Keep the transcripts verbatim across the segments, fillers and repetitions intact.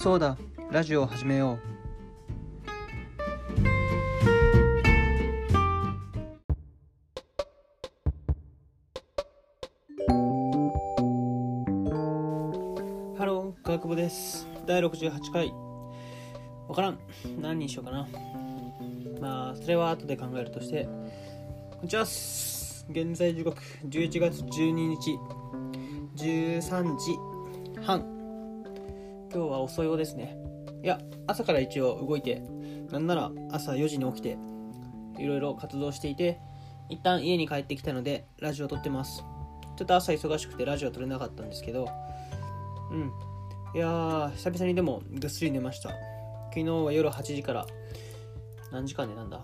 そうだ、ラジオを始めよう。ハロー、川久保です。だいろくじゅうはちかい。わからん。何にしようかな。まあ、それは後で考えるとして。こんにちは。現在時刻じゅういちがつじゅうににちじゅうさんじはん。今日は遅いようですね。いや、朝から一応動いて、なんなら朝よじに起きていろいろ活動していて、一旦家に帰ってきたのでラジオ撮ってます。ちょっと朝忙しくてラジオ撮れなかったんですけど、うんいやー久々にでもぐっすり寝ました。昨日は夜はちじから何時間寝たんだ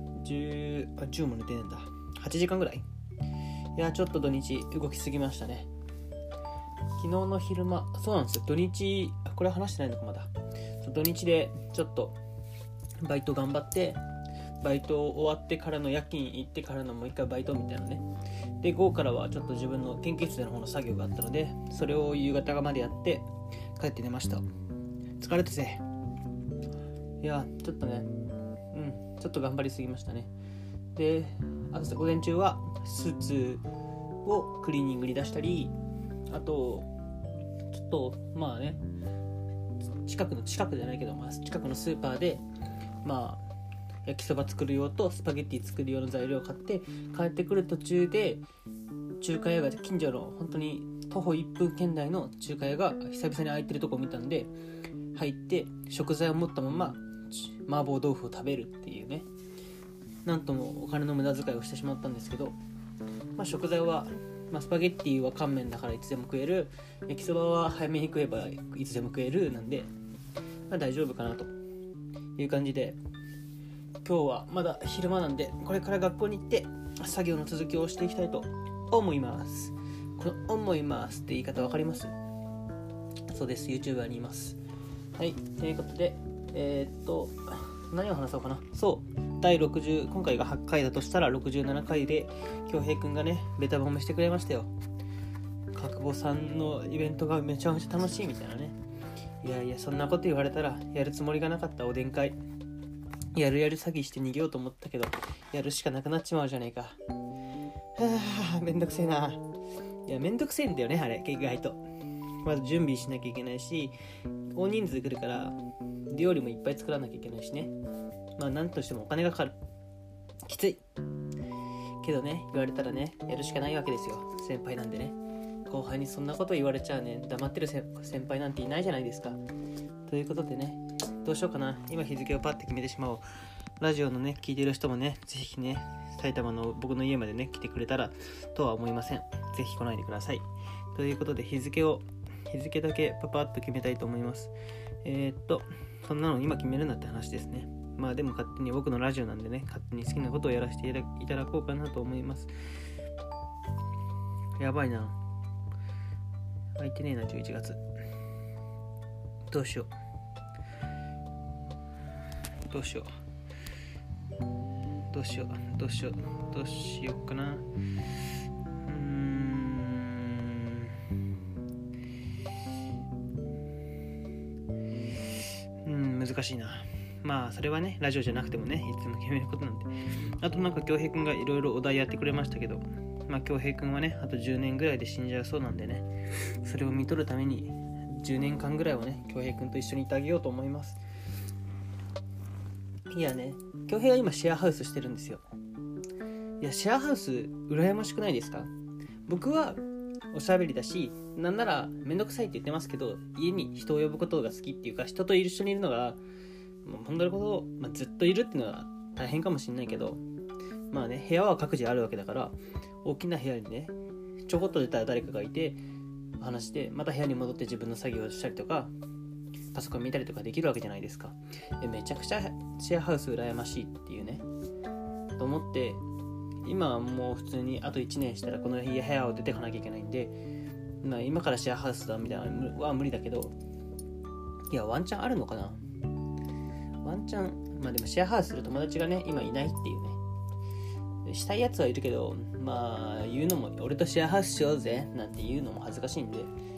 10, あ10も寝てねえんだはちじかんぐらい。いやちょっと土日動きすぎましたね。昨日の昼間、そうなんですよ、土日これ話してないのかまだ。土日でちょっとバイト頑張って、バイト終わってからの夜勤行ってからのもう一回バイトみたいなね。で午後からはちょっと自分の研究室での方の作業があったので、それを夕方までやって帰って寝ました。疲れたぜ。いやちょっとねうんちょっと頑張りすぎましたね。であと午前中はスーツをクリーニングに出したり、あとちょっとまあね近くの近くじゃないけど、まあ、近くのスーパーでまあ焼きそば作る用とスパゲッティ作る用の材料を買って、帰ってくる途中で中華屋が近所の本当に徒歩いっぷん圏内の中華屋が久々に開いてるとこを見たんで入って食材を持ったまま麻婆豆腐を食べるっていうね、なんともお金の無駄遣いをしてしまったんですけど、まあ、食材は、まあ、スパゲッティは乾麺だからいつでも食える、焼きそばは早めに食えばいつでも食えるなんで、まあ、大丈夫かなという感じで、今日はまだ昼間なんでこれから学校に行って作業の続きをしていきたいと思います。この思いますって言い方わかります？そうです、 YouTuber にいます。はい、ということでえー、っと何を話そうかな。そうだいろくじゅう今回がはちかいだとしたらろくじゅうななかいで京平くんがねベタ褒めしてくれましたよ。川久保さんのイベントがめちゃめちゃ楽しいみたいなね。いやいやそんなこと言われたらやるつもりがなかったおでん会、やるやる詐欺して逃げようと思ったけどやるしかなくなっちまうじゃないか。はぁめんどくせえな。いやめんどくせえんだよねあれ。意外とまず準備しなきゃいけないし、大人数来るから料理もいっぱい作らなきゃいけないしね。まあなんとしてもお金がかかる。きついけどね、言われたらねやるしかないわけですよ。先輩なんでね。後輩にそんなこと言われちゃうね、黙ってる先輩なんていないじゃないですか。ということでね、どうしようかな。今日付をパッて決めてしまおう。ラジオのね聞いてる人もね、ぜひね埼玉の僕の家までね来てくれたらとは思いません。ぜひ来ないでください。ということで日付を日付だけパパッと決めたいと思います。えー、っとそんなの今決めるなって話ですね。まあでも勝手に僕のラジオなんでね、勝手に好きなことをやらせていただこうかなと思います。やばいな、空いてねえなじゅういちがつ。どうしようどうしようどうしようどうしようどうしようかな。うーんうん難しいな。まあそれはねラジオじゃなくてもねいつも決めることなんで。あとなんか京平くんがいろいろお題やってくれましたけど、まあ京平くんはねあとじゅうねんぐらいで死んじゃうそうなんでね、それを見とるためにじゅうねんかんぐらいはね京平くんと一緒にいてあげようと思います。いやね、京平は今シェアハウスしてるんですよ。いやシェアハウス羨ましくないですか？僕はおしゃべりだし、なんならめんどくさいって言ってますけど、家に人を呼ぶことが好きっていうか、人と一緒にいるのが本当のこと、まあ、ずっといるっていうのは大変かもしれないけど、まあね部屋は各自あるわけだから、大きな部屋にねちょこっと出たら誰かがいて話して、また部屋に戻って自分の作業をしたりとかパソコン見たりとかできるわけじゃないですか。でめちゃくちゃシェアハウス羨ましいっていうねと思って、今はもう普通にあといちねんしたらこの部屋を出てかなきゃいけないんで、まあ、今からシェアハウスだみたいなのは無理だけど、いやワンチャンあるのかな。ワンチャンまあでもシェアハウスする友達がね今いないっていうね。したいやつはいるけど、まあ言うのも俺とシェアハウスしようぜなんて言うのも恥ずかしいんで、まあ、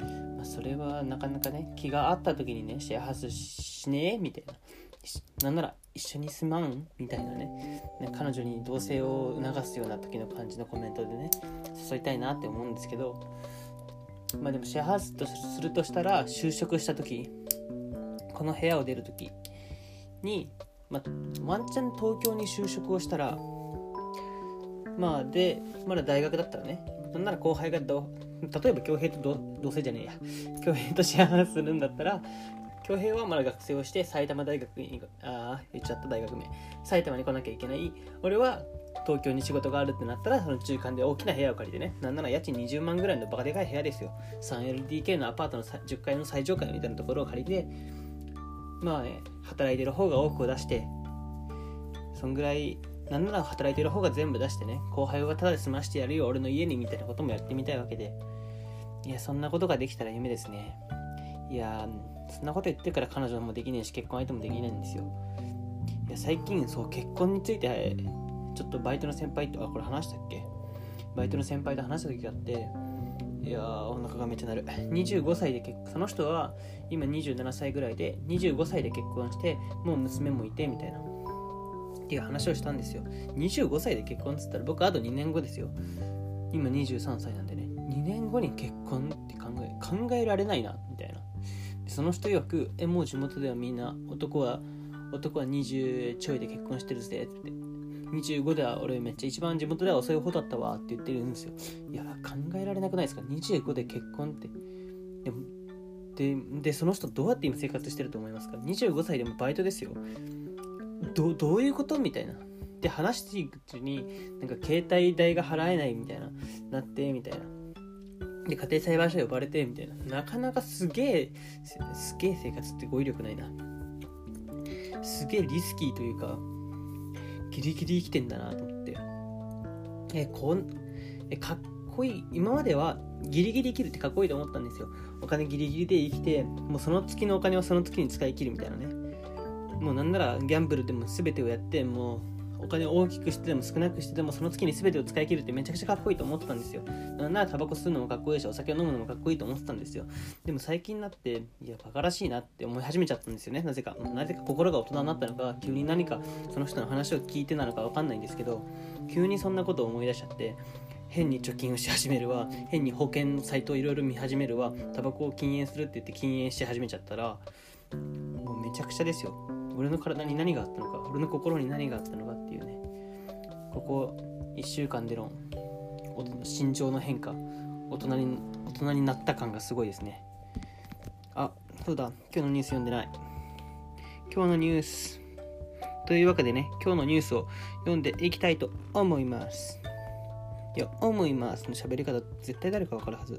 まあ、それはなかなかね、気があった時にね、シェアハウスしねえみたいな、なんなら一緒に住まんみたいな ね, ね彼女に同棲を促すような時の感じのコメントでね、誘いたいなって思うんですけど、まあでもシェアハウスとするとしたら、就職した時、この部屋を出る時に、まあ、ワンチャン東京に就職をしたら、まあでまだ大学だったらね、なんなら後輩がど例えば恭平と同棲じゃねえや恭平とシェアハウスするんだったら、恭平はまだ学生をして埼玉大学に、ああ言っちゃった大学名、埼玉に来なきゃいけない。俺は東京に仕事があるってなったら、その中間で大きな部屋を借りてね、なんなら家賃にじゅうまんぐらいのバカでかい部屋ですよ。 スリーエルディーケー のアパートのじゅっかいの最上階みたいなところを借りて、まあね、働いてる方が多くを出して、そんぐらい、なんなら働いてる方が全部出してね、後輩はただで済ましてやるよ俺の家にみたいなこともやってみたいわけで、いや、そんなことができたら夢ですね。いや、そんなこと言ってから彼女もできねえし、結婚相手もできないんですよ。いや、最近そう結婚についてちょっとバイトの先輩と、あ、これ話したっけ、バイトの先輩と話した時があって、いやー、お腹がめっちゃなる。にじゅうごさいで結婚、その人は今にじゅうななさいぐらいで、にじゅうごさいで結婚して、もう娘もいてみたいなっていう話をしたんですよ。にじゅうごさいで結婚っつったら、僕あとにねんごですよ。今にじゅうさんさいなんでね、にねんごに結婚って考え考えられないなみたいな。でその人曰く、えもう地元ではみんな男は男はにじゅうちょいで結婚してるぜって、にじゅうごでは俺めっちゃ一番地元では遅い方だったわって言ってるんですよ。いや、考えられなくないですか、にじゅうごで結婚って。でもででその人どうやって今生活してると思いますか。にじゅうごさいでもバイトですよ。ど, どういうことみたいな。で話していくうちに、なんか携帯代が払えないみたいななってみたいな。で家庭裁判所呼ばれてみたいな。なかなかすげえすげえ生活って語彙力ないな。すげえリスキーというか、ギリギリ生きてんだなと思って、えこんえかっこいい。今まではギリギリ生きるってかっこいいと思ったんですよ。お金ギリギリで生きて、もうその月のお金はその月に使い切るみたいなね。もうなんならギャンブルでも全てをやって、もうお金を大きくしてでも少なくしてでもその月に全てを使い切るってめちゃくちゃかっこいいと思ってたんですよ。なんならタバコ吸うのもかっこいいし、お酒を飲むのもかっこいいと思ってたんですよ。でも最近になって、いやバカらしいなって思い始めちゃったんですよね。なぜかなぜか心が大人になったのか、急に何かその人の話を聞いてなのか分かんないんですけど、急にそんなことを思い出しちゃって、変に貯金をし始めるわ、変に保険のサイトをいろいろ見始めるわ、タバコを禁煙するって言って禁煙し始めちゃったら、もうめちゃくちゃですよ。俺の体に何があったのか、俺の心に何があったのかっていうね。ここいっしゅうかんでの心情の変化、大人に大人になった感がすごいですね。あ、そうだ、今日のニュース読んでない。今日のニュースというわけでね、今日のニュースを読んでいきたいと思います。いや、思いますの喋り方絶対誰か分かるはず。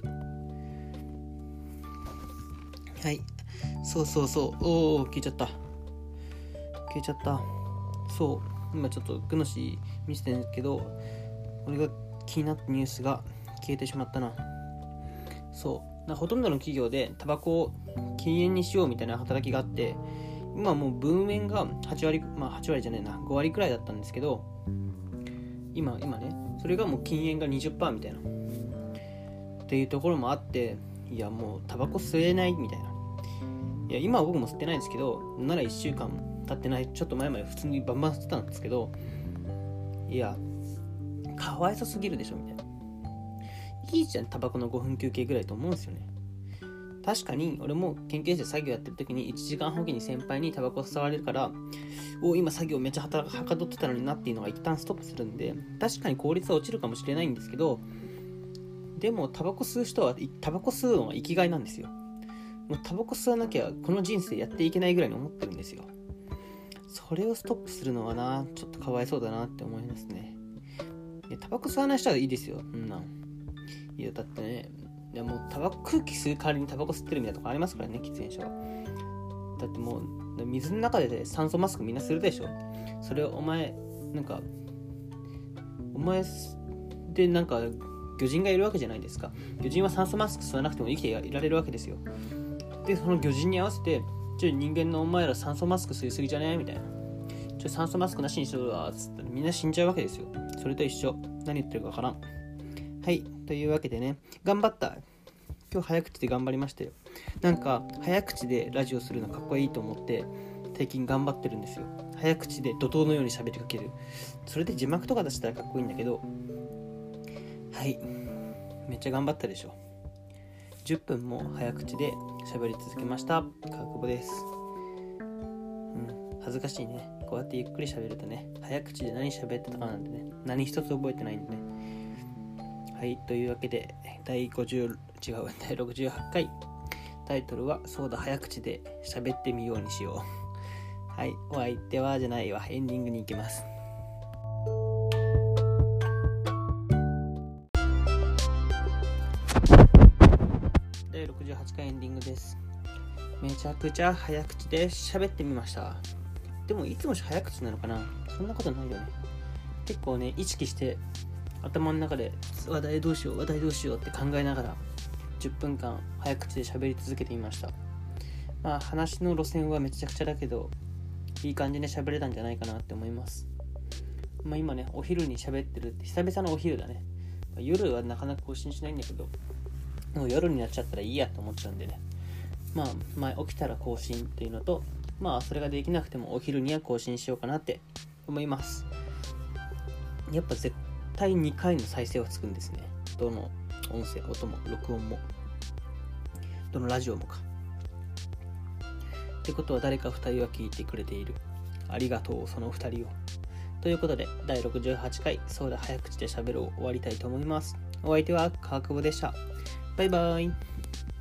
はい、そうそうそう、おお、消えちゃった消えちゃったそう、今ちょっとグノシー見せてるんですけど、俺が気になったニュースが消えてしまったな。そうな、ほとんどの企業でタバコを禁煙にしようみたいな働きがあって、今もう分煙がはちわり、まあはちわりじゃないな、ごわりくらいだったんですけど、今今ね、それがもう禁煙が にじゅっパーセント みたいなっていうところもあって、いやもうタバコ吸えないみたいな。いや今は僕も吸ってないんですけど、ならいっしゅうかん経ってない、ちょっと前まで普通にバンバン吸ってたんですけど、いやかわいそすぎるでしょみたいな。いいじゃんタバコのごふん休憩ぐらいと思うんですよね。確かに俺も研究室で作業やってる時にいちじかんおきに先輩にタバコ吸われるから、お今作業めっちゃはかどってたのになっていうのが一旦ストップするんで、確かに効率は落ちるかもしれないんですけど、でもタバコ吸う人はタバコ吸うのが生きがいなんですよ。もうタバコ吸わなきゃこの人生やっていけないぐらいに思ってるんですよ。それをストップするのはな、ちょっとかわいそうだなって思いますね。タバコ吸わない人はいいですよ、そんなん。いやだってね、いやもうタバコ空気吸う代わりにタバコ吸ってるみたいなとこありますからね、喫煙者は。だってもう水の中で酸素マスクみんなするでしょ。それをお前なんかお前でなんか魚人がいるわけじゃないですか。魚人は酸素マスク吸わなくても生きていられるわけですよ。でその魚人に合わせて、ちょ人間のお前ら酸素マスク吸いすぎじゃねみたいな、ちょ酸素マスクなしにしろわつってみんな死んじゃうわけですよ。それと一緒。何言ってるかわからん。はい、というわけでね、頑張った。今日早口で頑張りましたよ。 なんか早口でラジオするのかっこいいと思って最近頑張ってるんですよ。早口で怒涛のように喋りかける。それで字幕とか出したらかっこいいんだけど、はい、めっちゃ頑張ったでしょ。じゅっぷんも早口で喋り続けました。川久保です。うん、恥ずかしいね。こうやってゆっくり喋るとね、早口で何喋ってたかなんてね、何一つ覚えてないんでね。はい、というわけで第ごじゅう違う第ろくじゅうはちかい、タイトルはそうだ早口で喋ってみようにしよう。はい、お相手はじゃないわ、エンディングに行きます。だいろくじゅうはちかいエンディングです。めちゃくちゃ早口で喋ってみました。でもいつも早口なのかな？そんなことないよね。結構ね、意識して頭の中で話題どうしよう話題どうしようって考えながらじゅっぷんかん早口で喋り続けてみました。まあ話の路線はめちゃくちゃだけどいい感じで喋れたんじゃないかなって思います。まあ今ね、お昼に喋ってるって久々のお昼だね。夜はなかなか更新しないんだけど、もう夜になっちゃったらいいやと思っちゃうんでね。まあ前起きたら更新っていうのと、まあそれができなくてもお昼には更新しようかなって思います。やっぱ絶対にかいの再生はつくんですね。どの音声、音も録音もどのラジオもか。ってことは誰かふたりは聞いてくれている。ありがとうそのふたりを。ということでだいろくじゅうはちかいそうだ早口で喋ろう終わりたいと思います。お相手は川久保でした。バイバイ。